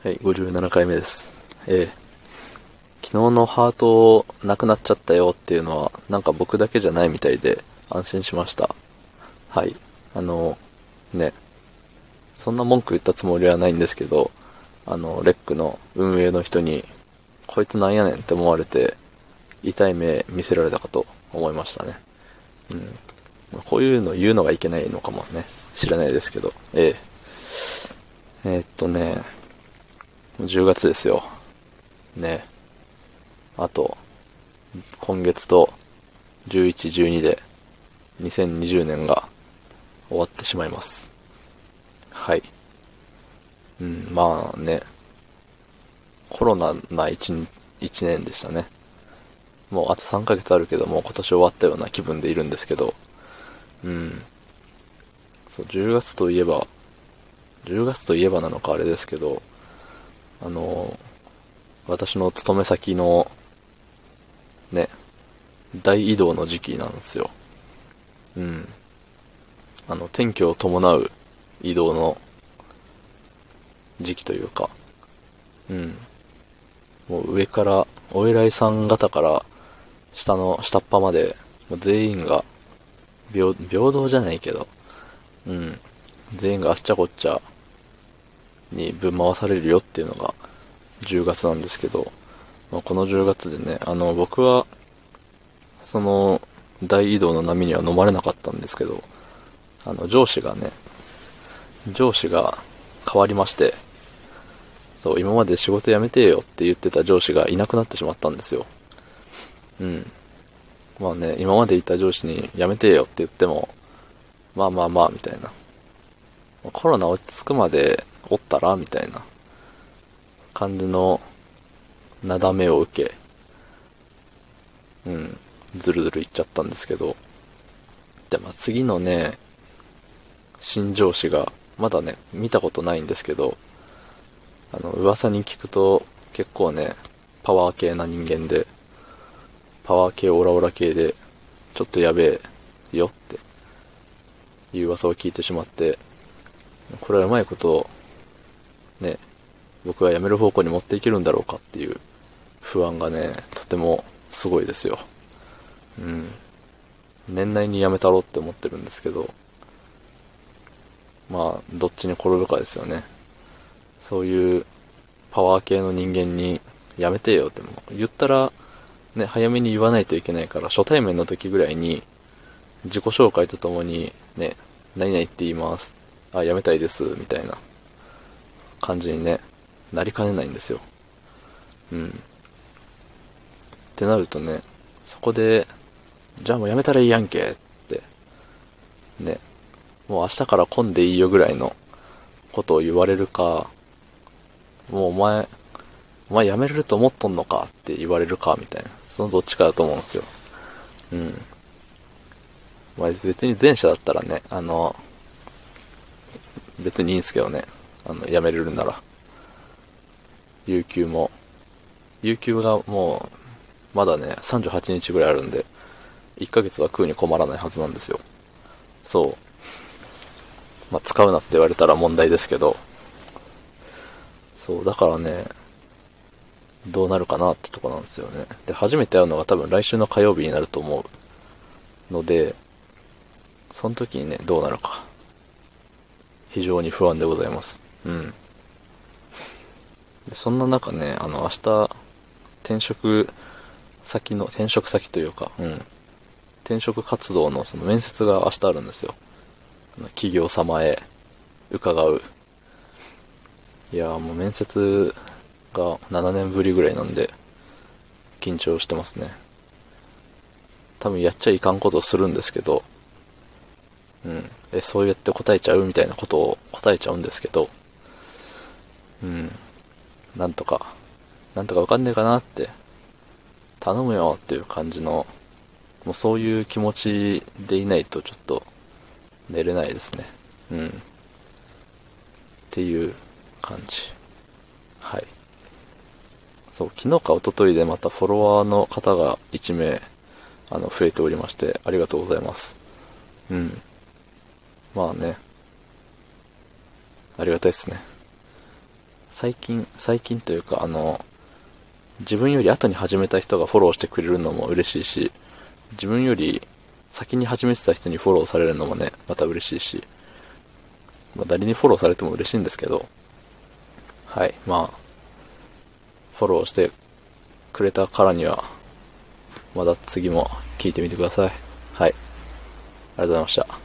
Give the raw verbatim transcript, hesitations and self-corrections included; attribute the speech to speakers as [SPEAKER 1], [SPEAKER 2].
[SPEAKER 1] はい、ごじゅうななかいめです。えー、昨日のハートなくなっちゃったよっていうのは、なんか僕だけじゃないみたいで安心しました。はい。あの、ね、そんな文句言ったつもりはないんですけど、あの、レックの運営の人に、こいつなんやねんって思われて、痛い目見せられたかと思いましたね。うん。こういうの言うのがいけないのかもね。知らないですけど。えええー、っとね、じゅうがつですよ。ね。あと、今月とじゅういち、じゅうにでにせんにじゅうねんが終わってしまいます。はい。うん、まあね、コロナな一一年でしたね。もうあとさんかげつあるけどもう今年終わったような気分でいるんですけど、うん。そう、じゅうがつといえば、じゅうがつといえばなのかあれですけど、あの、私の勤め先のね、大移動の時期なんですよ。うん。あの、転居を伴う移動の時期というか、うん。もう上から、お偉いさん方から下の、下っ端まで、もう全員が平、平等じゃないけど、うん。全員があっちゃこっちゃにぶん回されるよっていうのがじゅうがつなんですけど、まあ、このじゅうがつでね、あの、僕は、その、大移動の波には飲まれなかったんですけど、あの、上司がね、上司が変わりまして、そう、今まで仕事辞めてよって言ってた上司がいなくなってしまったんですよ。うん。まあね、今までいた上司に辞めてよって言っても、まあまあまあ、みたいな。コロナ落ち着くまでおったらみたいな感じのなだめを受け、うん、ずるずるいっちゃったんですけど、で、まあ次のね、新上司が、まだね、見たことないんですけど、あの、噂に聞くと結構ね、パワー系な人間で、パワー系オラオラ系で、ちょっとやべえよっていう噂を聞いてしまって、これはうまいことね、僕が辞める方向に持っていけるんだろうかっていう不安がね、とてもすごいですよ。うん。年内に辞めたろうって思ってるんですけど、まあ、どっちに転ぶかですよね。そういうパワー系の人間に辞めてよっても言ったら、ね、早めに言わないといけないから、初対面の時ぐらいに自己紹介とともにね、何々って言います。あ、辞めたいです、みたいな感じにね、なりかねないんですよ。うん。ってなるとね、そこで、じゃあもう辞めたらいいやんけって、ね、もう明日から来んでいいよぐらいのことを言われるか、もうお前、お前辞めれると思っとんのかって言われるかみたいな、そのどっちかだと思うんですよ。うん。まあ別に前者だったらね、あの、別にいいんですけどね、あの、辞めれるなら。有給も、有給がもう、まだね、さんじゅうはちにちぐらいあるんで、いっかげつは食うに困らないはずなんですよ。そう。まあ、使うなって言われたら問題ですけど、そう、だからね、どうなるかなってとこなんですよね。で、初めて会うのが多分来週の火曜日になると思うので、その時にね、どうなるか。非常に不安でございます。うん。でそんな中ね、あの、明日、転職先の、転職先というか、うん。転職活動のその面接が明日あるんですよ。企業様へ伺う。いやーもう面接がななねんぶりぐらいなんで、緊張してますね。多分やっちゃいかんことをするんですけど、うん。え、そうやって答えちゃうみたいなことを答えちゃうんですけど、うん。なんとか、なんとかわかんねえかなって、頼むよっていう感じの、もうそういう気持ちでいないとちょっと寝れないですね。うん。っていう感じ。はい。そう、昨日か一昨日でまたフォロワーの方がいち名、あの、増えておりまして、ありがとうございます。うん。まあね、ありがたいですね。 最近、最近というか、あの、自分より後に始めた人がフォローしてくれるのも嬉しいし、自分より先に始めてた人にフォローされるのもね、また嬉しいし、まあ、誰にフォローされても嬉しいんですけど、はい、まあ、フォローしてくれたからには、まだ次も聞いてみてください。はい、ありがとうございました。